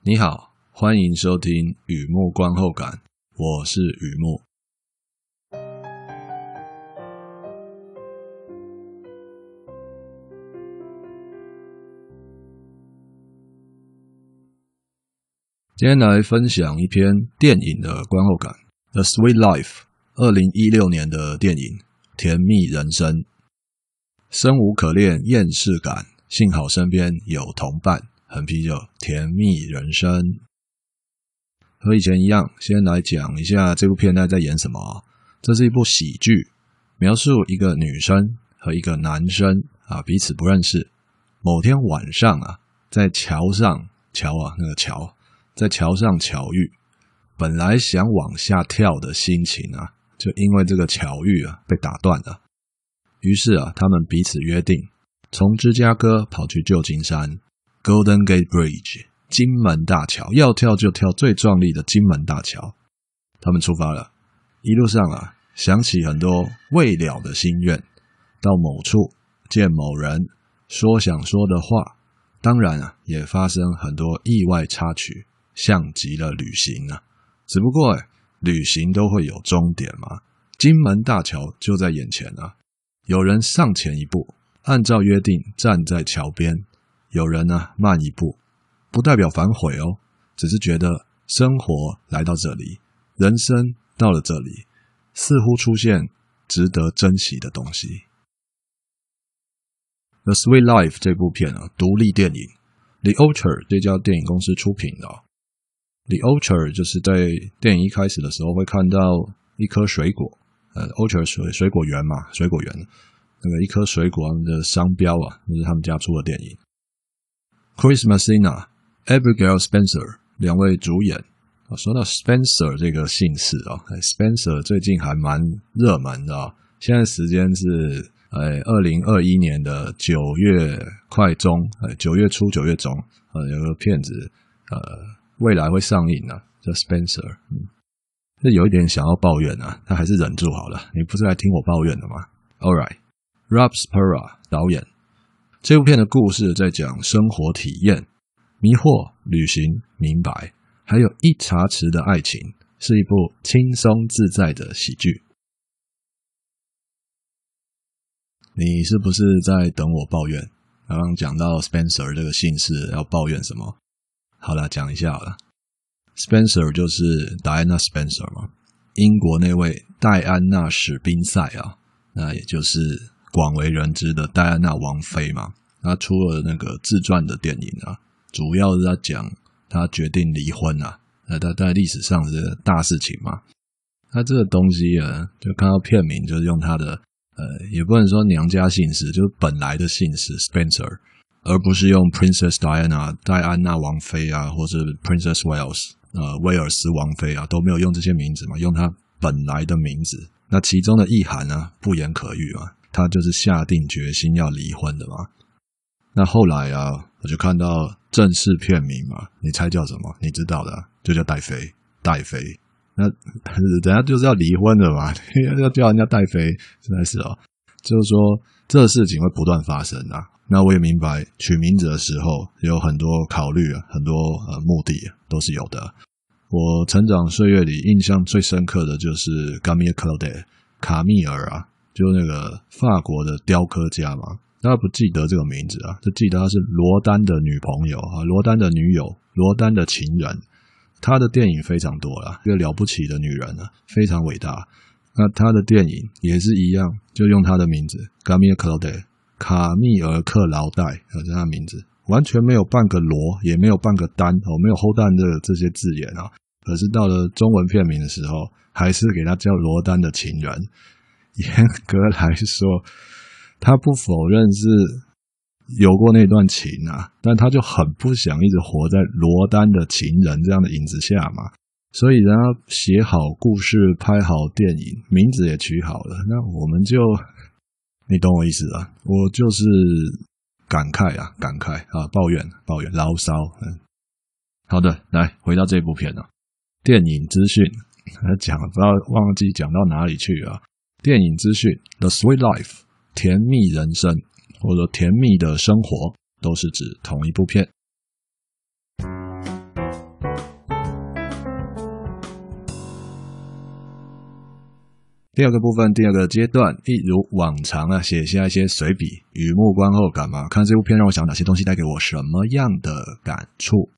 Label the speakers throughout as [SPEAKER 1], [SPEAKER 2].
[SPEAKER 1] 你好，欢迎收听雨幕观后感，我是雨幕。今天来分享一篇电影的观后感，《The Sweet Life》2016年的电影《甜蜜人生》。生无可恋，厌世感，幸好身边有同伴，横啤酒，甜蜜人生。和以前一样，先来讲一下这部片在演什么。这是一部喜剧，描述一个女生和一个男生彼此不认识。某天晚上在桥上在桥上巧遇，本来想往下跳的心情就因为这个巧遇被打断了。于是他们彼此约定，从芝加哥跑去旧金山 Golden Gate Bridge 金门大桥，要跳就跳最壮丽的金门大桥。他们出发了，一路上想起很多未了的心愿，到某处见某人，说想说的话，当然也发生很多意外插曲，像极了旅行只不过旅行都会有终点嘛，金门大桥就在眼前有人上前一步，按照约定站在桥边，有人慢一步，不代表反悔只是觉得生活来到这里，人生到了这里，似乎出现值得珍惜的东西。The Sweet Life 这部片独立电影 The Orchard 这家电影公司出品的The Orchard 就是在电影一开始的时候会看到一颗水果Orchard 水果园嘛，水果园那个一颗水果的商标就是他们家出的电影。Chris Messina、Abigail Spencer 两位主演。说到 Spencer 这个姓氏Spencer 最近还蛮热门的现在时间是2021年的9月快中9月初9月中有个片子未来会上映叫 Spencer。这有一点想要抱怨他还是忍住好了，你不是来听我抱怨的吗？ Alright， Rob Spera 导演。这部片的故事在讲生活体验、迷惑、旅行、明白，还有一茶匙的爱情，是一部轻松自在的喜剧。你是不是在等我抱怨？刚刚讲到 Spencer 这个姓氏要抱怨什么？好了，讲一下好了。Spencer 就是 Diana Spencer 嘛，英国那位戴安娜史宾塞那也就是广为人知的戴安娜王妃嘛。她出了那个自传的电影主要是在讲她决定离婚她在历史上是大事情嘛。她这个东西就看到片名就是用她的也不能说娘家姓氏，就是本来的姓氏 Spencer， 而不是用 Princess Diana 戴安娜王妃或是 Princess Wales威尔斯王妃都没有用这些名字嘛，用她本来的名字。那其中的意涵不言可喻嘛，她就是下定决心要离婚的嘛。那后来我就看到正式片名嘛，你猜叫什么？你知道的就叫戴妃。那人家就是要离婚的嘛，要叫人家戴妃，实在是就是说这事情会不断发生那我也明白取名字的时候有很多考虑很多目的都是有的。我成长岁月里印象最深刻的就是 Camille Claudel 卡密尔就那个法国的雕刻家嘛。大家不记得这个名字就记得他是罗丹的女朋友罗丹的女友，罗丹的情人。他的电影非常多一个了不起的女人非常伟大。那他的电影也是一样，就用他的名字 Camille Claudel 卡密尔克劳戴是他的名字，完全没有半个罗，也没有半个丹没有后丹的这些字眼可是到了中文片名的时候还是给他叫罗丹的情人。严格来说他不否认是有过那段情但他就很不想一直活在罗丹的情人这样的影子下嘛。所以人家写好故事，拍好电影，名字也取好了，那我们就你懂我意思我就是感慨抱怨牢骚好的，来回到这部片电影资讯讲不知道忘记讲到哪里去电影资讯 The Sweet Life 甜蜜人生或者甜蜜的生活都是指同一部片。 第二个部分，第二个阶段，一如往常啊，写下一些随笔，雨幕观后感嘛，看这部片让我想哪些东西带给我什么样的感触。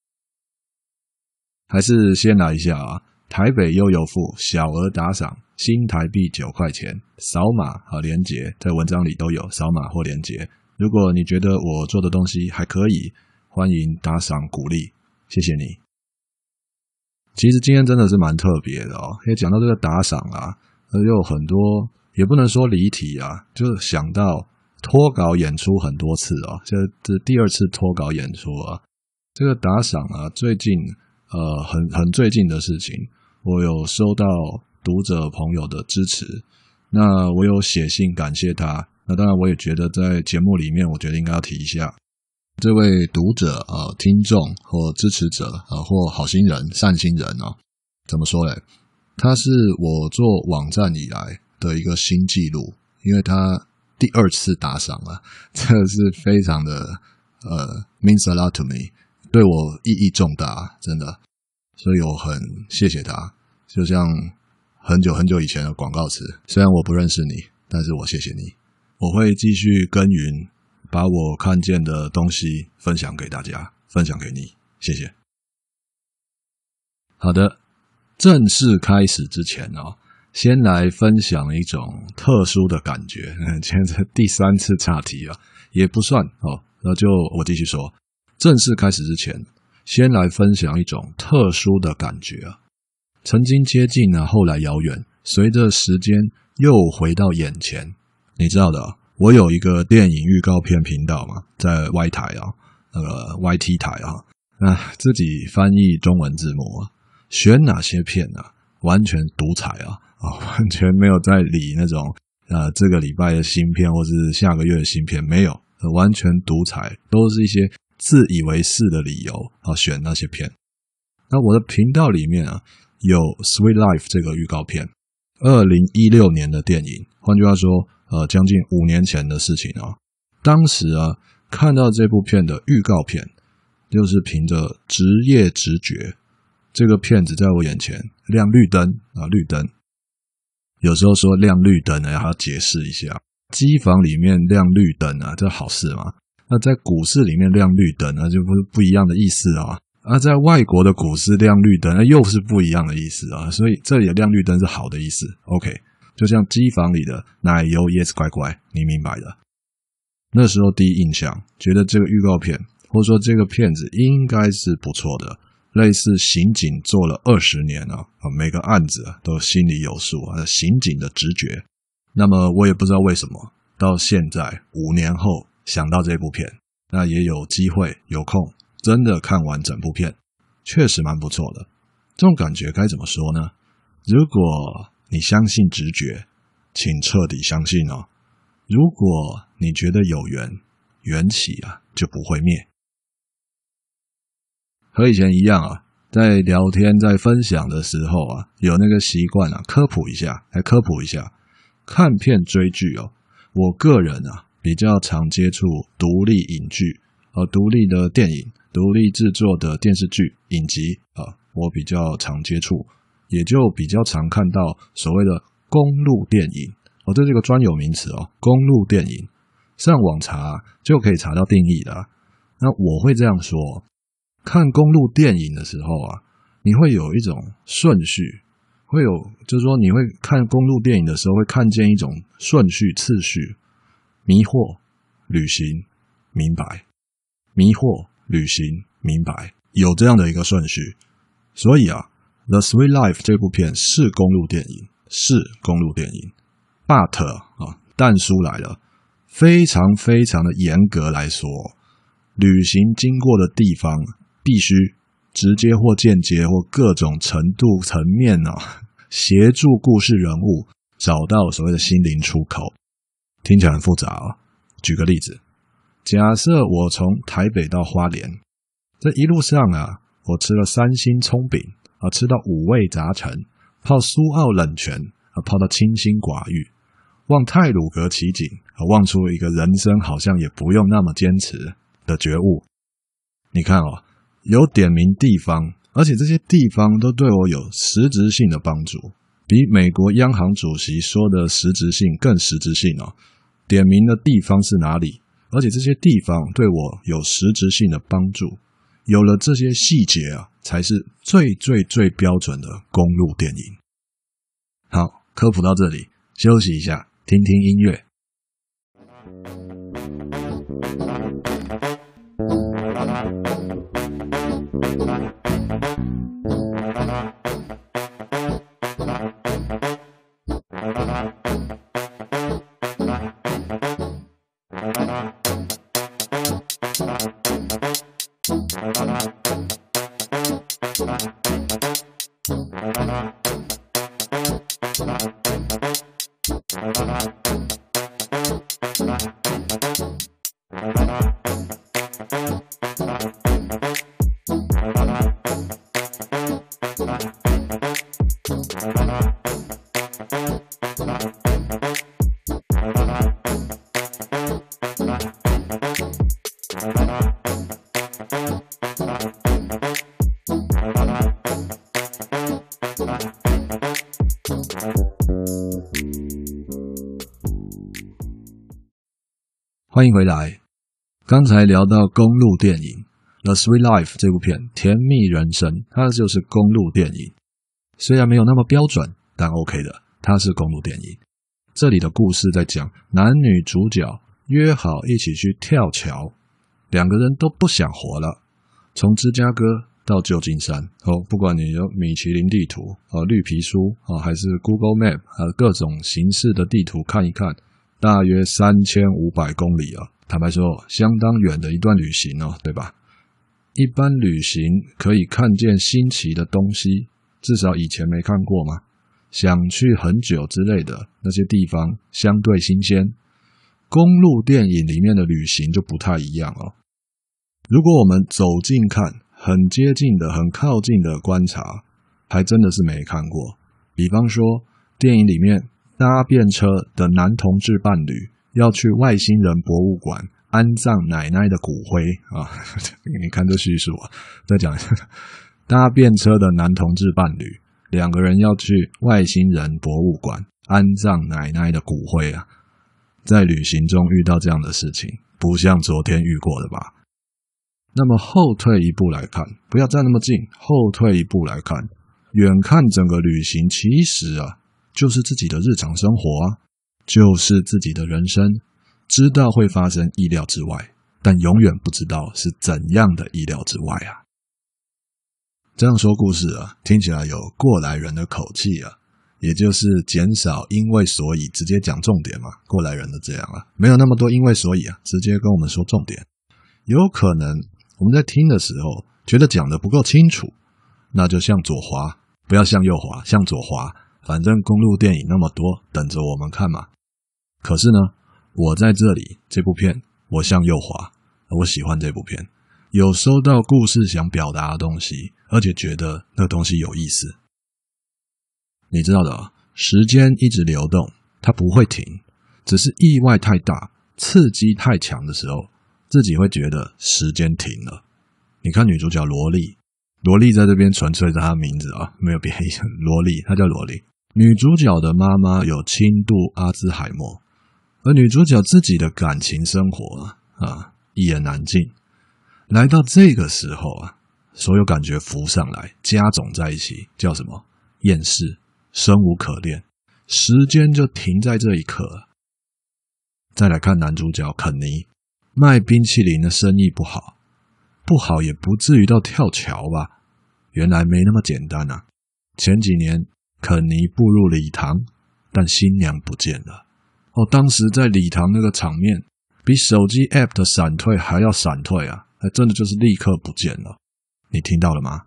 [SPEAKER 1] 还是先来一下啊，台北悠游付小额打赏，新台币9块钱，扫码和连结在文章里都有，扫码或连结。如果你觉得我做的东西还可以，欢迎打赏鼓励，谢谢你。其实今天真的是蛮特别的哦，也讲到这个打赏啊，有很多也不能说离题啊，就是想到脱稿演出很多次啊，这第二次脱稿演出啊，这个打赏啊，最近很最近的事情，我有收到读者朋友的支持，那我有写信感谢他，那当然我也觉得在节目里面，我觉得应该要提一下这位读者听众或支持者或好心人、善心人啊，怎么说嘞？他是我做网站以来的一个新纪录，因为他第2次打赏了，这是非常的means a lot to me， 对我意义重大，真的，所以我很谢谢他。就像很久很久以前的广告词，虽然我不认识你，但是我谢谢你。我会继续耕耘，把我看见的东西分享给大家，分享给你，谢谢。好的，正式开始之前先来分享一种特殊的感觉。今天是第3次岔题啊，也不算那就我继续说。正式开始之前，先来分享一种特殊的感觉啊，曾经接近后来遥远，随着时间又回到眼前。你知道的，我有一个电影预告片频道嘛，在 Y 台那个 YT 台自己翻译中文字幕选哪些片完全独裁完全没有在理那种这个礼拜的新片或是下个月的新片，没有，完全独裁，都是一些自以为是的理由选那些片。那我的频道里面有 Sweet Life 这个预告片，2016年的电影，换句话说将近5年前的事情当时看到这部片的预告片，就是凭着职业直觉，这个片子在我眼前亮绿灯绿灯。有时候说亮绿灯还要解释一下，机房里面亮绿灯这好事嘛？那在股市里面亮绿灯就不一样的意思在外国的股市亮绿灯又是不一样的意思所以这里的亮绿灯是好的意思。 OK， 就像机房里的奶油 yes 乖乖，你明白的。那时候第一印象觉得这个预告片或者说这个片子应该是不错的，类似刑警做了20年每个案子都心里有数刑警的直觉。那么我也不知道为什么到现在5年后想到这部片，那也有机会有空真的看完整部片，确实蛮不错的。这种感觉该怎么说呢？如果你相信直觉，请彻底相信如果你觉得有缘，缘起就不会灭。和以前一样在聊天在分享的时候有那个习惯科普一下，看片追剧我个人比较常接触独立影剧独立的电影，独立制作的电视剧影集我比较常接触，也就比较常看到所谓的公路电影这是一个专有名词公路电影，上网查就可以查到定义的那我会这样说，看公路电影的时候你会有一种顺序，会有就是说你会看公路电影的时候会看见一种顺序次序，迷惑、旅行、明白，迷惑、旅行、明白，有这样的一个顺序。所以The Sweet Life 这部片是公路电影，but 但书来了，非常非常的严格来说，旅行经过的地方必须直接或间接或各种程度层面协助故事人物找到所谓的心灵出口。听起来很复杂举个例子，假设我从台北到花莲，这一路上我吃了3星葱饼吃到5味杂陈，泡苏澳冷泉泡到清心寡欲，望太鲁阁奇景望出一个人生好像也不用那么坚持的觉悟。你看有点名地方，而且这些地方都对我有实质性的帮助， 比美国央行主席说的实质性更实质性哦，点明的地方是哪里，而且这些地方对我有实质性的帮助。有了这些细节啊，才是最标准的公路电影。好，科普到这里，休息一下，听听音乐。欢迎回来。刚才聊到公路电影《The Sweet Life》这部片《甜蜜人生》，它就是公路电影。虽然没有那么标准，但 OK 的，它是公路电影。这里的故事在讲男女主角约好一起去跳桥，两个人都不想活了。从芝加哥到旧金山，不管你有米其林地图、绿皮书还是 Google Map， 各种形式的地图看一看，大约3500公里啊，坦白说相当远的一段旅行哦，对吧？一般旅行可以看见新奇的东西，至少以前没看过嘛，想去很久之类的那些地方相对新鲜。公路电影里面的旅行就不太一样哦。如果我们走近看，很接近的、很靠近的观察，还真的是没看过。比方说电影里面搭便车的男同志伴侣要去外星人博物馆安葬奶奶的骨灰啊！你看这叙述啊，再讲一下，搭便车的男同志伴侣，两个人要去外星人博物馆安葬奶奶的骨灰啊！在旅行中遇到这样的事情，不像昨天遇过的吧？那么后退一步来看，不要站那么近，后退一步来看，远看整个旅行其实啊，就是自己的日常生活啊，就是自己的人生，知道会发生意料之外，但永远不知道是怎样的意料之外啊。这样说故事啊，听起来有过来人的口气啊，也就是减少因为所以，直接讲重点嘛，过来人的这样啊，没有那么多因为所以啊，直接跟我们说重点。有可能我们在听的时候觉得讲得不够清楚，那就向左滑，不要向右滑，向左滑，反正公路电影那么多，等着我们看嘛。可是呢，我在这里这部片我向右滑，我喜欢这部片，有收到故事想表达的东西，而且觉得那东西有意思。你知道的，时间一直流动，它不会停，只是意外太大，刺激太强的时候，自己会觉得时间停了。你看女主角萝莉，萝莉在这边纯粹是她的名字啊，没有别的意思，萝莉，她叫萝莉。女主角的妈妈有轻度阿兹海默，而女主角自己的感情生活啊一言难尽。来到这个时候啊，所有感觉浮上来，加总在一起，叫什么？厌世，生无可恋，时间就停在这一刻。再来看男主角肯尼，卖冰淇淋的生意不好，不好也不至于到跳桥吧？原来没那么简单啊！前几年肯尼步入礼堂，但新娘不见了。当时在礼堂那个场面，比手机 App 的闪退还要闪退啊！真的就是立刻不见了。你听到了吗？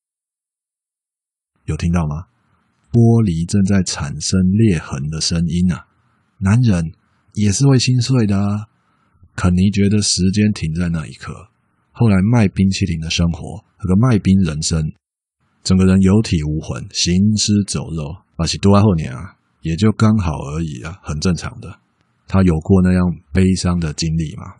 [SPEAKER 1] 有听到吗？玻璃正在产生裂痕的声音啊！男人也是会心碎的啊！肯尼觉得时间停在那一刻，后来卖冰淇淋的生活，那个卖冰人生，整个人有体无魂，行尸走肉，而且多在后年啊，也就刚好而已啊，很正常的。他有过那样悲伤的经历吗？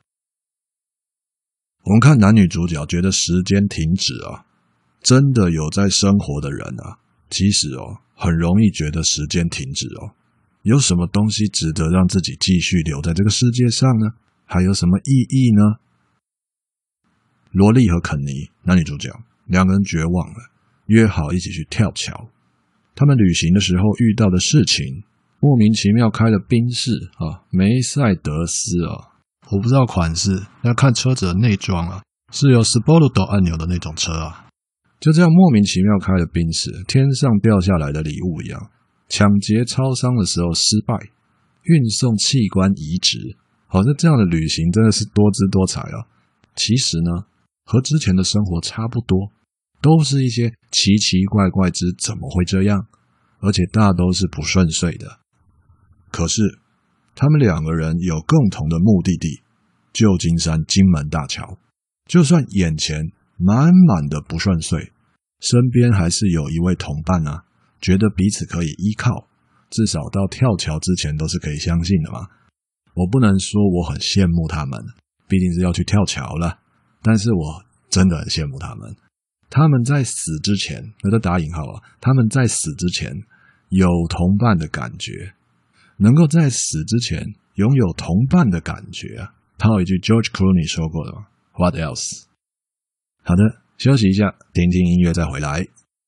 [SPEAKER 1] 我们看男女主角觉得时间停止啊，真的有在生活的人啊， 其实很容易觉得时间停止有什么东西值得让自己继续留在这个世界上呢？还有什么意义呢？罗莉和肯尼男女主角两个人绝望了，约好一起去跳桥。他们旅行的时候遇到的事情，莫名其妙开了宾士梅赛德斯我不知道款式，要看车子的内装是有 Sporto 按钮的那种车就这样莫名其妙开了宾士，天上掉下来的礼物一样。抢劫超商的时候失败，运送器官移植，这样的旅行真的是多姿多彩其实呢，和之前的生活差不多，都是一些奇奇怪怪之怎么会这样，而且大都是不顺遂的。可是他们两个人有共同的目的地，旧金山金门大桥。就算眼前满满的不顺遂，身边还是有一位同伴觉得彼此可以依靠，至少到跳桥之前都是可以相信的嘛。我不能说我很羡慕他们，毕竟是要去跳桥了，但是我真的很羡慕他们。他们在死之前，我在打引号他们在死之前有同伴的感觉，能够在死之前拥有同伴的感觉套一句 George Clooney 说过的 What else？ 好的，休息一下，听听音乐再回来。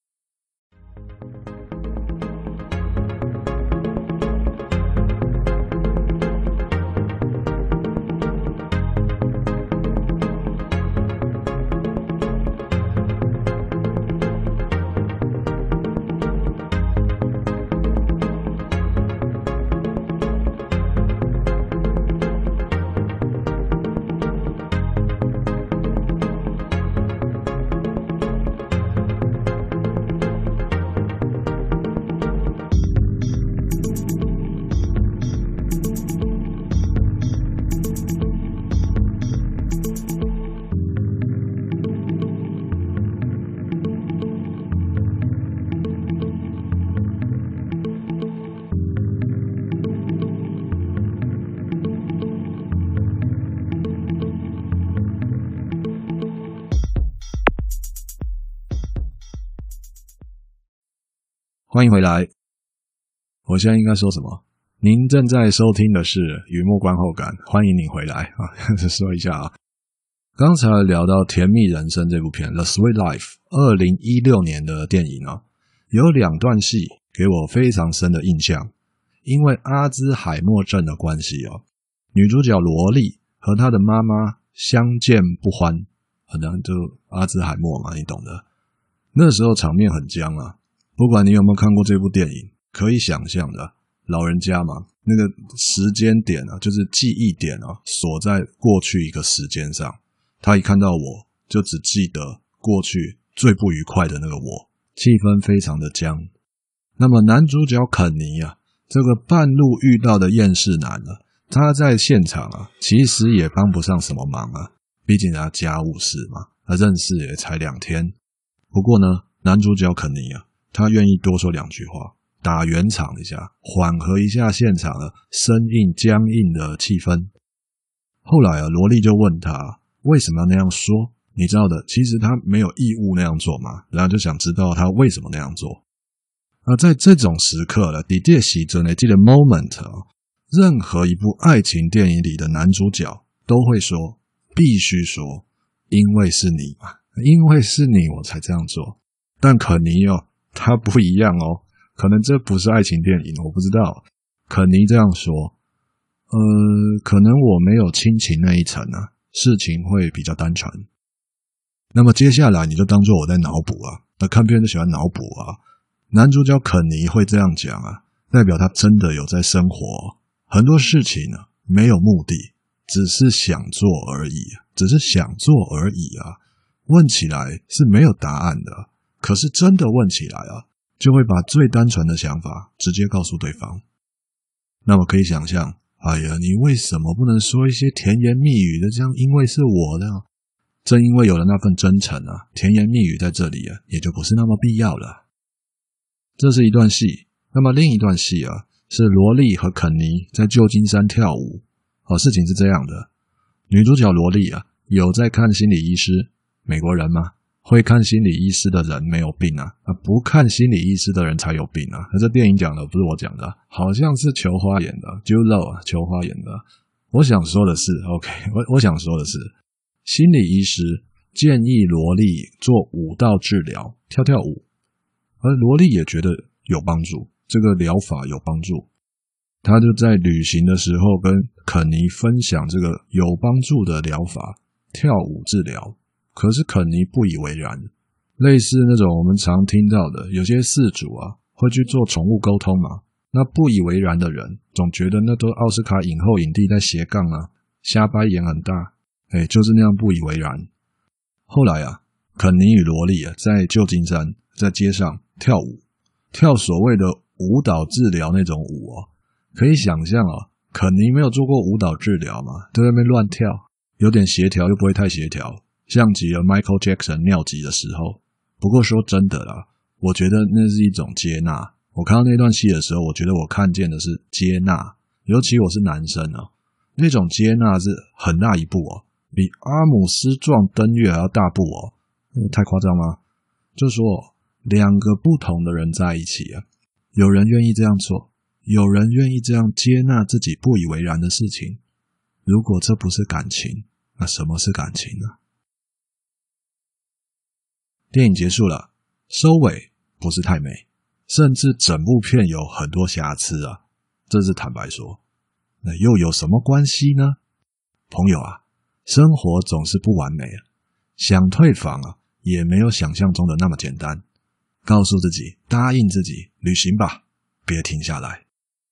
[SPEAKER 1] 欢迎回来。我现在应该说什么？您正在收听的是雨幕观后感，欢迎您回来说一下刚才聊到《甜蜜人生》这部片 The Sweet Life 2016年的电影有两段戏给我非常深的印象。因为阿兹海默症的关系女主角罗莉和她的妈妈相见不欢，可能就阿兹海默嘛，你懂的。那时候场面很僵不管你有没有看过这部电影，可以想象的，老人家嘛，那个时间点就是记忆点锁在过去一个时间上。他一看到我，就只记得过去最不愉快的那个我，气氛非常的僵。那么男主角肯尼这个半路遇到的厌世男他在现场其实也帮不上什么忙毕竟他家务事嘛，他认识也才2天。不过呢，男主角肯尼他愿意多说两句话，打圆场一下，缓和一下现场生硬僵硬的气氛。后来罗莉就问他为什么要那样说，你知道的，其实他没有义务那样做嘛，然后就想知道他为什么那样做。在这种时刻在这个时阵的这个 moment 任何一部爱情电影里的男主角都会说，必须说，因为是你嘛，因为是你我才这样做。但肯尼他不一样可能这不是爱情电影，我不知道。肯尼这样说，可能我没有亲情那一层事情会比较单纯。那么接下来你就当作我在脑补那看片就喜欢脑补男主角肯尼会这样讲代表他真的有在生活。很多事情没有目的，只是想做而已，问起来是没有答案的，可是真的问起来就会把最单纯的想法直接告诉对方。那么可以想象，哎呀，你为什么不能说一些甜言蜜语的，这样因为是我的正因为有了那份真诚甜言蜜语在这里也就不是那么必要了。这是一段戏。那么另一段戏是罗莉和肯尼在旧金山跳舞。事情是这样的，女主角罗莉有在看心理医师，美国人嘛， 会看心理医师的人没有病啊，不看心理医师的人才有病啊。这电影讲的不是我讲的，好像是球花演的 Jude Law 球花演的。我想说的是 OK， 我想说的是，心理医师建议萝莉做舞蹈治疗，跳跳舞，而萝莉也觉得有帮助，这个疗法有帮助。他就在旅行的时候跟肯尼分享这个有帮助的疗法，跳舞治疗。可是肯尼不以为然，类似那种我们常听到的，有些饲主啊会去做宠物沟通嘛，那不以为然的人总觉得那都奥斯卡影后影帝在斜杠啊，瞎掰眼很大，就是那样不以为然。后来啊，肯尼与萝莉啊在旧金山在街上跳舞，跳所谓的舞蹈治疗那种舞哦，可以想象哦，肯尼没有做过舞蹈治疗嘛，在那边乱跳，有点协调又不会太协调。像极了 Michael Jackson 尿急的时候。不过说真的啦，我觉得那是一种接纳。我看到那段戏的时候，我觉得我看见的是接纳，尤其我是男生哦，那种接纳是很大一步哦，比阿姆斯壮登月还要大步哦，太夸张吗？就说两个不同的人在一起啊，有人愿意这样做，有人愿意这样接纳自己不以为然的事情。如果这不是感情，那什么是感情呢？电影结束了，收尾不是太美，甚至整部片有很多瑕疵啊，这是坦白说。那又有什么关系呢？朋友啊，生活总是不完美啊，想退房啊，也没有想象中的那么简单。告诉自己，答应自己，旅行吧，别停下来。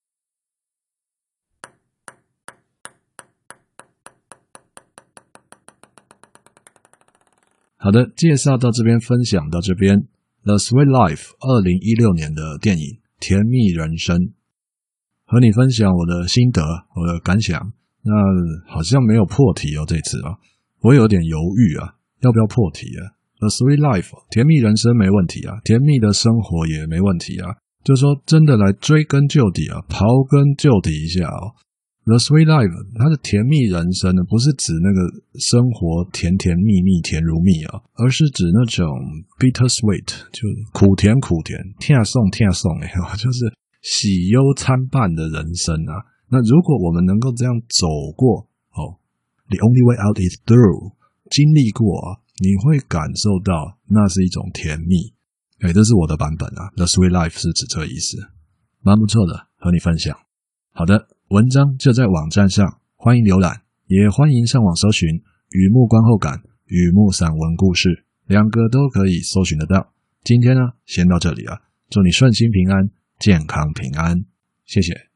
[SPEAKER 1] 好的，介绍到这边，分享到这边。The Sweet Life 2016年的电影《甜蜜人生》，和你分享我的心得，我的感想。那好像没有破题哦，这次啊，我有点犹豫啊，要不要破题啊 ？The Sweet Life 甜蜜人生没问题啊，甜蜜的生活也没问题啊。就是说，真的来追根究底啊，刨根究底一下哦。The Sweet Life 它的甜蜜人生呢，不是指那个生活甜甜蜜蜜甜如蜜啊，而是指那种 bitter sweet， 就苦甜苦甜，甜送甜送就是喜忧参半的人生啊。那如果我们能够这样走过，the only way out is through， 经历过啊，你会感受到那是一种甜蜜。这是我的版本啊 ，The Sweet Life 是指这个意思，蛮不错的，和你分享。好的。文章就在网站上，欢迎浏览，也欢迎上网搜寻雨幕观后感、雨幕散文故事，两个都可以搜寻得到。今天呢，先到这里了，祝你顺心平安、健康平安，谢谢。